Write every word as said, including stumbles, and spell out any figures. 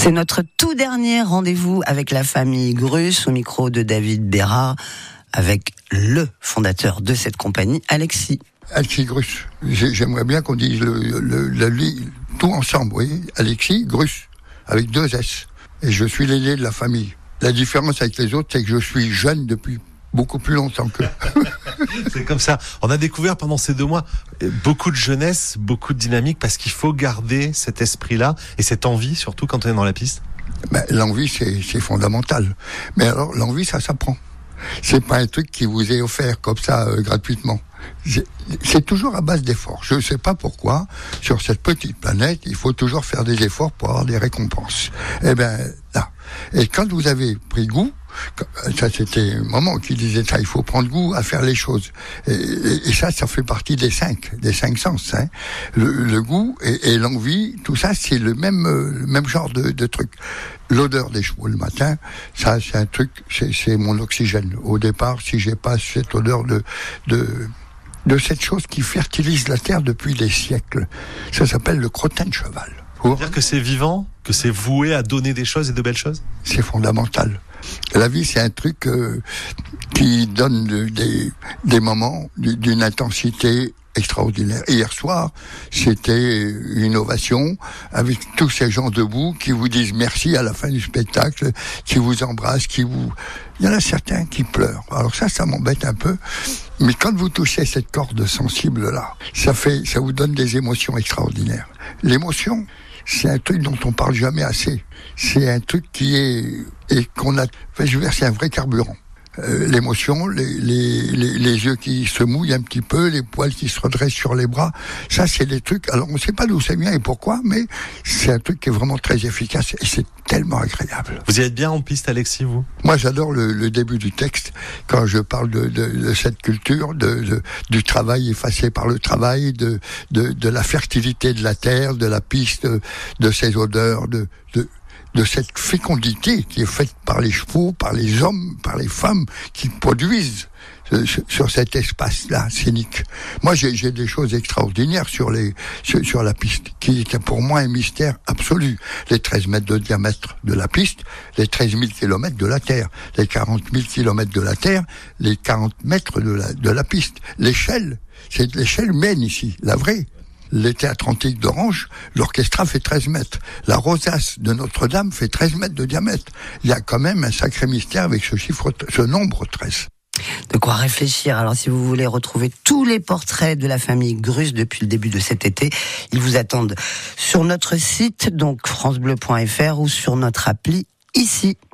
C'est notre tout dernier rendez-vous avec la famille Grus, au micro de David Bérard, avec le fondateur de cette compagnie, Alexis. Alexis Grus. J'aimerais bien qu'on dise le, le, le, le, tout ensemble, vous voyez. Alexis Grus, avec deux S. Et je suis l'aîné de la famille. La différence avec les autres, c'est que je suis jeune depuis beaucoup plus longtemps qu'eux. C'est comme ça. On a découvert pendant ces deux mois beaucoup de jeunesse, beaucoup de dynamique, parce qu'il faut garder cet esprit-là et cette envie, surtout quand on est dans la piste. Ben, l'envie, c'est, c'est fondamental. Mais alors, l'envie, ça s'apprend. C'est pas un truc qui vous est offert comme ça, euh, gratuitement. C'est, c'est toujours à base d'efforts. Je ne sais pas pourquoi, sur cette petite planète, il faut toujours faire des efforts pour avoir des récompenses. Eh ben, là. Et quand vous avez pris goût, ça c'était un moment qui disait ça, il faut prendre goût à faire les choses. Et, et, et ça, ça fait partie des cinq, des cinq sens. Hein. Le, le goût et, et l'envie, tout ça, c'est le même, le même genre de, de truc. L'odeur des chevaux le matin, ça c'est un truc, c'est, c'est mon oxygène. Au départ, si j'ai pas cette odeur de, de, de cette chose qui fertilise la terre depuis des siècles, ça s'appelle le crottin de cheval. C'est-à-dire que c'est vivant, que c'est voué à donner des choses et de belles choses ? C'est fondamental. La vie, c'est un truc euh, qui donne de, des, des moments d'une intensité extraordinaire. Hier soir, c'était une ovation avec tous ces gens debout qui vous disent merci à la fin du spectacle, qui vous embrassent, qui vous... Il y en a certains qui pleurent. Alors ça, ça m'embête un peu. Mais quand vous touchez cette corde sensible-là, ça fait, ça vous donne des émotions extraordinaires. L'émotion, c'est un truc dont on parle jamais assez. C'est un truc qui est, et qu'on a, enfin, je veux dire, c'est un vrai carburant. Euh, l'émotion, les, les, les, les yeux qui se mouillent un petit peu, les poils qui se redressent sur les bras, ça c'est des trucs, alors on ne sait pas d'où ça vient et pourquoi, mais c'est un truc qui est vraiment très efficace et c'est tellement agréable. Vous y êtes bien en piste, Alexis, vous ? Moi j'adore le, le début du texte, quand je parle de, de, de cette culture, de, de, du travail effacé par le travail, de, de, de la fertilité de la terre, de la piste, de, de ses odeurs, de... de de cette fécondité qui est faite par les chevaux, par les hommes, par les femmes qui produisent euh, sur cet espace-là scénique. Moi, j'ai, j'ai des choses extraordinaires sur les sur, sur la piste, qui était pour moi un mystère absolu. Les treize mètres de diamètre de la piste, les treize mille kilomètres de la Terre, les quarante mille kilomètres de la Terre, les quarante mètres de la, de la piste. L'échelle, c'est l'échelle humaine ici, la vraie. Les théâtres antiques d'Orange, l'orchestra fait treize mètres. La rosace de Notre-Dame fait treize mètres de diamètre. Il y a quand même un sacré mystère avec ce chiffre, ce nombre treize. De quoi réfléchir. Alors, si vous voulez retrouver tous les portraits de la famille Grus depuis le début de cet été, ils vous attendent sur notre site, donc francebleu point f r ou sur notre appli ici.